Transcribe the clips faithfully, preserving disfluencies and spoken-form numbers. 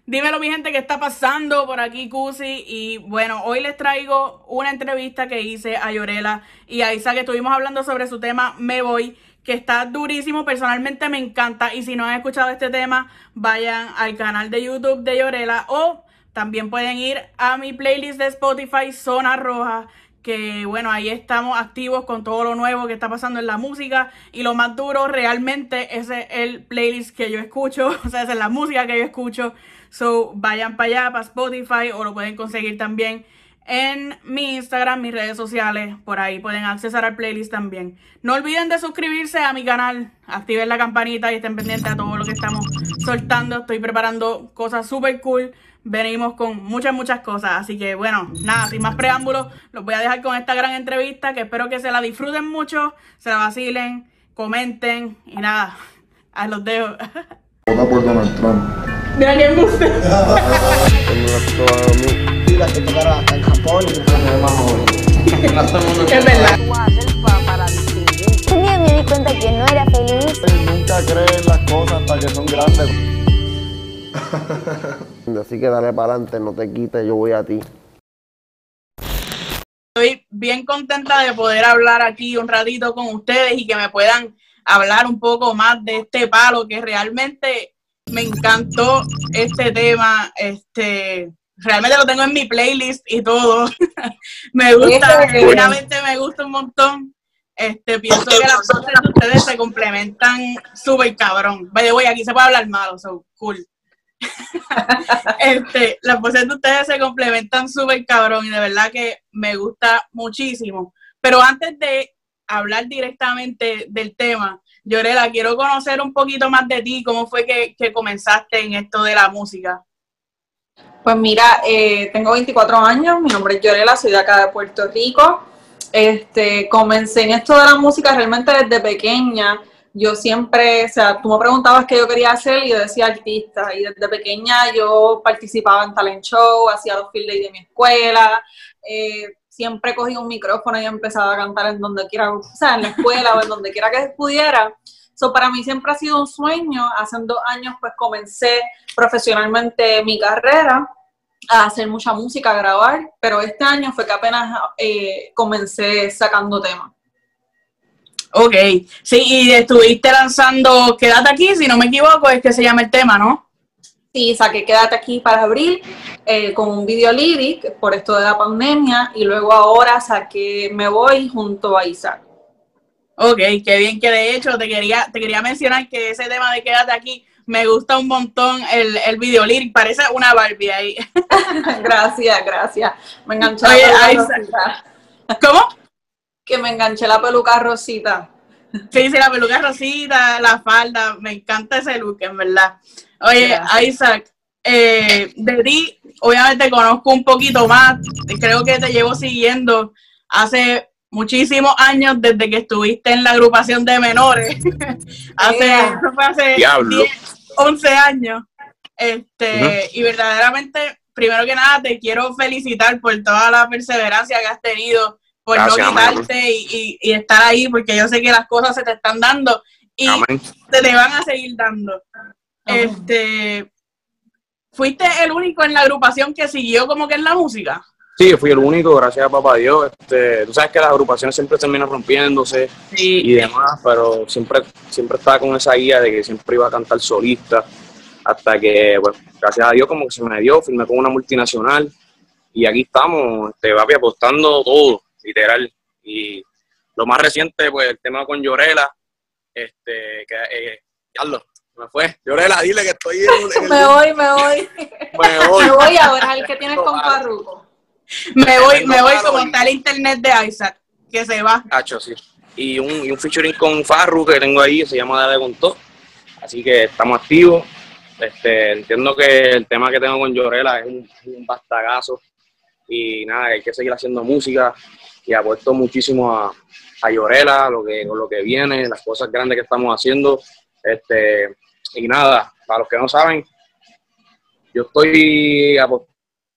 Dímelo, mi gente, ¿qué está pasando por aquí, Cusi? Y bueno, hoy les traigo una entrevista que hice a Yorela y a Isa, que estuvimos hablando sobre su tema Me Voy, que está durísimo, personalmente me encanta. Y si no han escuchado este tema, vayan al canal de YouTube de Yorela o también pueden ir a mi playlist de Spotify, Zona Roja, que bueno, ahí estamos activos con todo lo nuevo que está pasando en la música. Y lo más duro, realmente, ese es el playlist que yo escucho, o sea, esa es la música que yo escucho. So, vayan para allá, para Spotify, o lo pueden conseguir también en mi Instagram, mis redes sociales. Por ahí pueden accesar al playlist también. No olviden de suscribirse a mi canal, activen la campanita y estén pendientes a todo lo que estamos soltando. Estoy preparando cosas súper cool. Venimos con muchas, muchas cosas. Así que bueno, nada, sin más preámbulos, los voy a dejar con esta gran entrevista, que espero que se la disfruten mucho, se la vacilen, comenten y nada, ahí los dejo. Vota por Donald Trump. Mira quién gusta. Mira que tocará hasta en Japón y en más joven. Es verdad. Un día me di cuenta que no era feliz. Nunca creen las cosas hasta que son grandes. Así que dale para adelante, no te quites, yo voy a ti. Estoy bien contenta de poder hablar aquí un ratito con ustedes y que me puedan hablar un poco más de este palo, que realmente me encantó este tema. Este, realmente lo tengo en mi playlist y todo. Me gusta, genuinamente me gusta un montón. Este, pienso que las voces de ustedes se complementan súper cabrón. Vaya, voy, aquí se puede hablar malo, so cool. este, las voces de ustedes se complementan súper cabrón y de verdad que me gusta muchísimo. Pero antes de hablar directamente del tema, Yorela, quiero conocer un poquito más de ti. ¿Cómo fue que, que comenzaste en esto de la música? Pues mira, eh, tengo veinticuatro años, mi nombre es Yorela, soy de acá de Puerto Rico. Este, comencé en esto de la música realmente desde pequeña. Yo siempre, o sea, tú me preguntabas qué yo quería hacer y yo decía artista. Y desde pequeña yo participaba en talent show, hacía los field days de mi escuela. Eh, siempre cogía un micrófono y empezaba a cantar en donde quiera, o sea, en la escuela o en donde quiera que pudiera. So, para mí siempre ha sido un sueño. Hace dos años pues comencé profesionalmente mi carrera, a hacer mucha música, a grabar, pero este año fue que apenas eh, comencé sacando temas. Ok, sí, y estuviste lanzando Quédate Aquí, si no me equivoco, es que se llama el tema, ¿no? Sí, saqué Quédate Aquí para abril eh, con un video lyric por esto de la pandemia y luego ahora saqué Me Voy junto a Isaac. Ok, qué bien, que de hecho te quería, te quería mencionar que ese tema de Quédate Aquí me gusta un montón el, el video lyric, parece una Barbie ahí. Gracias, gracias. Me enganché Oye, la peluca ahí, rosita. ¿Cómo? Que me enganché la peluca rosita. Sí, sí, la peluca rosita, la falda, me encanta ese look, en verdad. Oye, Gracias. Isaac, eh, de ti, obviamente conozco un poquito más, creo que te llevo siguiendo hace muchísimos años, desde que estuviste en la agrupación de menores, hace, Yeah. eso fue hace Diablo. diez, once años, este, Uh-huh. y verdaderamente, primero que nada, te quiero felicitar por toda la perseverancia que has tenido, por Gracias, no quitarte y, y, y estar ahí, porque yo sé que las cosas se te están dando y Amén. se te van a seguir dando. Amén. Este, ¿fuiste el único en la agrupación que siguió como que en la música? Sí, fui el único, gracias a papá Dios. Este, tú sabes que las agrupaciones siempre terminan rompiéndose Sí. y demás, pero siempre, siempre estaba con esa guía de que siempre iba a cantar solista, hasta que, pues, gracias a Dios como que se me dio, firmé con una multinacional y aquí estamos, este, papi, apostando todo, literal. Y lo más reciente, pues, el tema con Yorela, este, que, eh, Carlos, me fue. Yorela, dile que estoy en, en el... Me voy, me voy. Me voy. Me voy ahora, el que tienes con Farruko. Me voy, Tremendo me voy palo como y- está el internet de Isaac, que se va. Hacho, sí. Y un, y un featuring con Farru que tengo ahí, se llama Dale con todo. Así que estamos activos. Este, entiendo que el tema que tengo con Yorela es un, un bastagazo. Y nada, hay que seguir haciendo música. Y apuesto muchísimo a, a Yorela, lo que, lo que viene, las cosas grandes que estamos haciendo. Este, y nada, para los que no saben, yo estoy apostando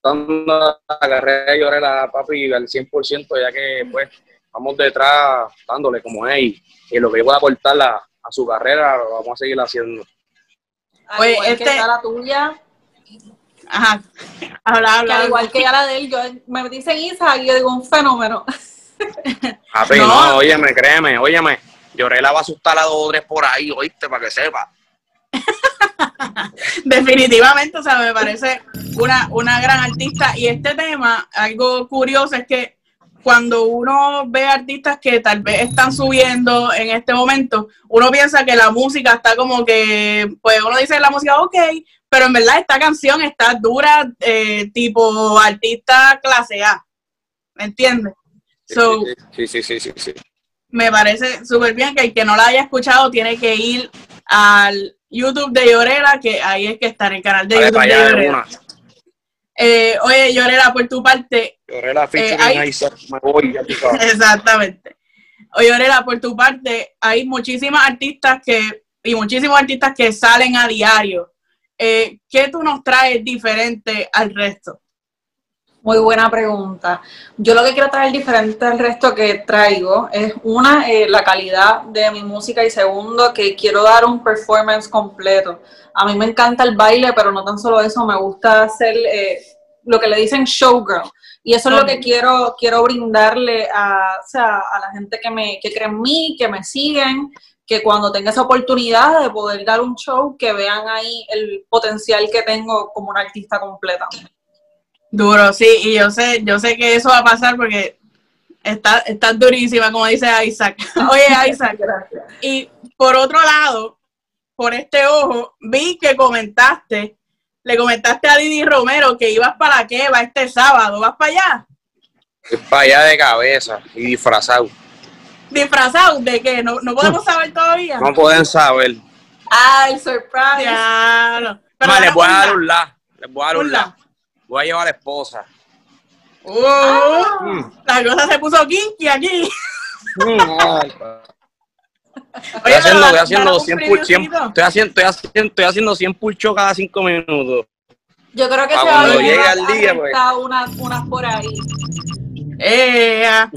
a la carrera de Yorela, papi, al cien por ciento, ya que pues vamos detrás dándole como él, y lo que pueda aportar a, a su carrera lo vamos a seguir haciendo. Al Oye, igual que este- está la tuya. Ajá. Habla, Que habla. al igual que ya la de él, yo me dicen Isaac y yo digo un fenómeno. Papi, No. no, óyeme, créeme, óyeme. Yorela va a asustar a dos o tres por ahí, oíste, para que sepa. Definitivamente, o sea, me parece una, una gran artista. Y este tema, algo curioso es que cuando uno ve artistas que tal vez están subiendo en este momento, uno piensa que la música está como que, pues uno dice la música ok, pero en verdad esta canción está dura, eh, tipo artista clase A, ¿me entiendes? So, Sí, sí, sí, sí, sí. me parece súper bien que el que no la haya escuchado tiene que ir al YouTube de Yorela, que ahí es que está en el canal de Dale YouTube para de allá de Yorela. una. Eh, oye, Yorela, por tu parte, Yorela featuring hay- Isaac, me voy, ya tú sabes. exactamente. Oye, Yorela, por tu parte, hay muchísimas artistas que, y muchísimos artistas que salen a diario. Eh, ¿Qué tú nos traes diferente al resto? Muy buena pregunta. Yo lo que quiero traer diferente al resto que traigo es una, eh, la calidad de mi música y segundo, que quiero dar un performance completo. A mí me encanta el baile, pero no tan solo eso, me gusta hacer eh, lo que le dicen showgirl. Y eso es lo que quiero, quiero brindarle a, o sea, a la gente que, me, que cree en mí, que me siguen, que cuando tenga esa oportunidad de poder dar un show, que vean ahí el potencial que tengo como una artista completa. Duro, sí, y yo sé, yo sé que eso va a pasar porque está, está durísima, como dice Isaac. Oye, Isaac, Gracias. y por otro lado, por este ojo, vi que comentaste, le comentaste a Didi Romero que ibas para la Keva este sábado, ¿vas para allá? Voy para allá de cabeza y disfrazado. ¿Disfrazado de qué? ¿No, no podemos saber todavía? No pueden saber. Ah, el surprise. Claro. Pero Más, les voy a dar un un la. Les voy a dar un Un la. la. Voy a llevar a la esposa. Uh, Mm. La cosa se puso kinky aquí. Mm, ay, Estoy Oye, haciendo, pero estoy haciendo danos un cien pull, cien, previewcito. estoy haciendo, estoy haciendo, estoy haciendo cien pull-show cada cinco minutos. Yo creo que Pa' se va a cuando venir llegue a- el a día, pues. rentar unas, unas por ahí. Eh, ah.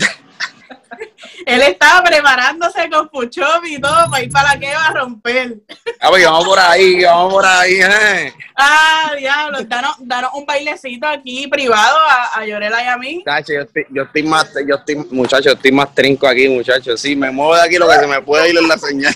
Él estaba preparándose con Puchop y todo para ir para la que va a romper. Ah, pues vamos por ahí, vamos por ahí, eh. Ah, diablo, danos, danos un bailecito aquí privado a, a Yorela y a mí. Muchacho, yo estoy, yo estoy más, yo estoy, muchacho, estoy más trinco aquí, muchacho. Sí, me muevo de aquí lo que se me puede ir en la señal.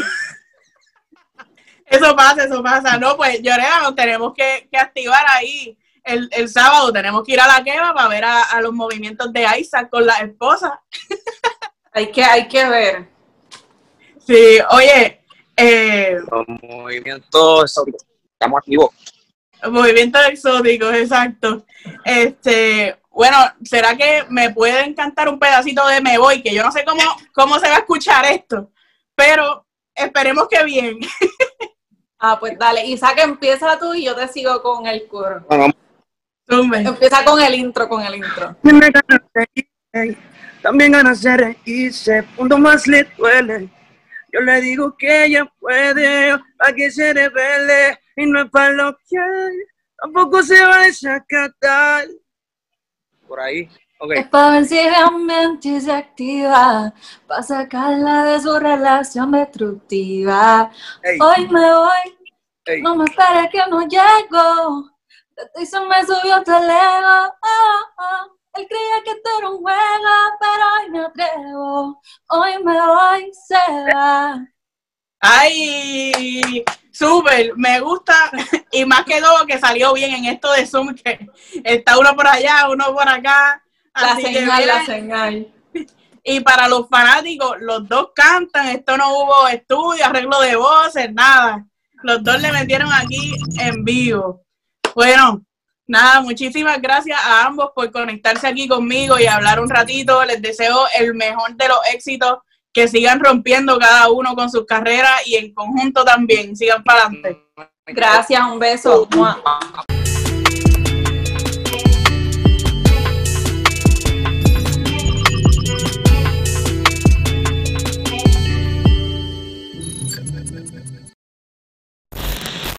Eso pasa, eso pasa. No, pues Yorela, nos tenemos que, que activar ahí el, el sábado. Tenemos que ir a la Keva para ver a, a los movimientos de Isaac con la esposa. Hay que, hay que ver. Sí, oye, eh, Los movimientos, estamos activos. movimientos exóticos, exacto. Este, bueno, ¿será que me pueden cantar un pedacito de Me Voy? Que yo no sé cómo, cómo se va a escuchar esto, pero esperemos que bien. Ah, pues dale. Isaac, empieza tú y yo te sigo con el coro. Bueno, Zumbe. Empieza con el intro, con el intro. Tiene ganas de irse, también ganas de reírse, punto más le duele. Yo le digo que ella puede, a que se revele, y no es para lo que tampoco se va a desacatar. por ahí. Ok. Es para ver si realmente se activa, para sacarla de su relación destructiva. Ey, Hoy me voy, ey. no me esperes que no llego. De ti se me subió hasta el ego. Oh, oh. Él creía que esto era un juego, pero hoy me atrevo. Hoy me voy, se va. Ay, súper, me gusta y más que todo que salió bien en esto de Zoom, que está uno por allá, uno por acá. La Así que señal, la bien. señal. Y para los fanáticos, los dos cantan, esto no hubo estudio, arreglo de voces, nada. Los dos le metieron aquí en vivo. Bueno, nada, muchísimas gracias a ambos por conectarse aquí conmigo y hablar un ratito. Les deseo el mejor de los éxitos, que sigan rompiendo cada uno con sus carreras y en conjunto también, sigan para adelante. Gracias, un beso. Mua.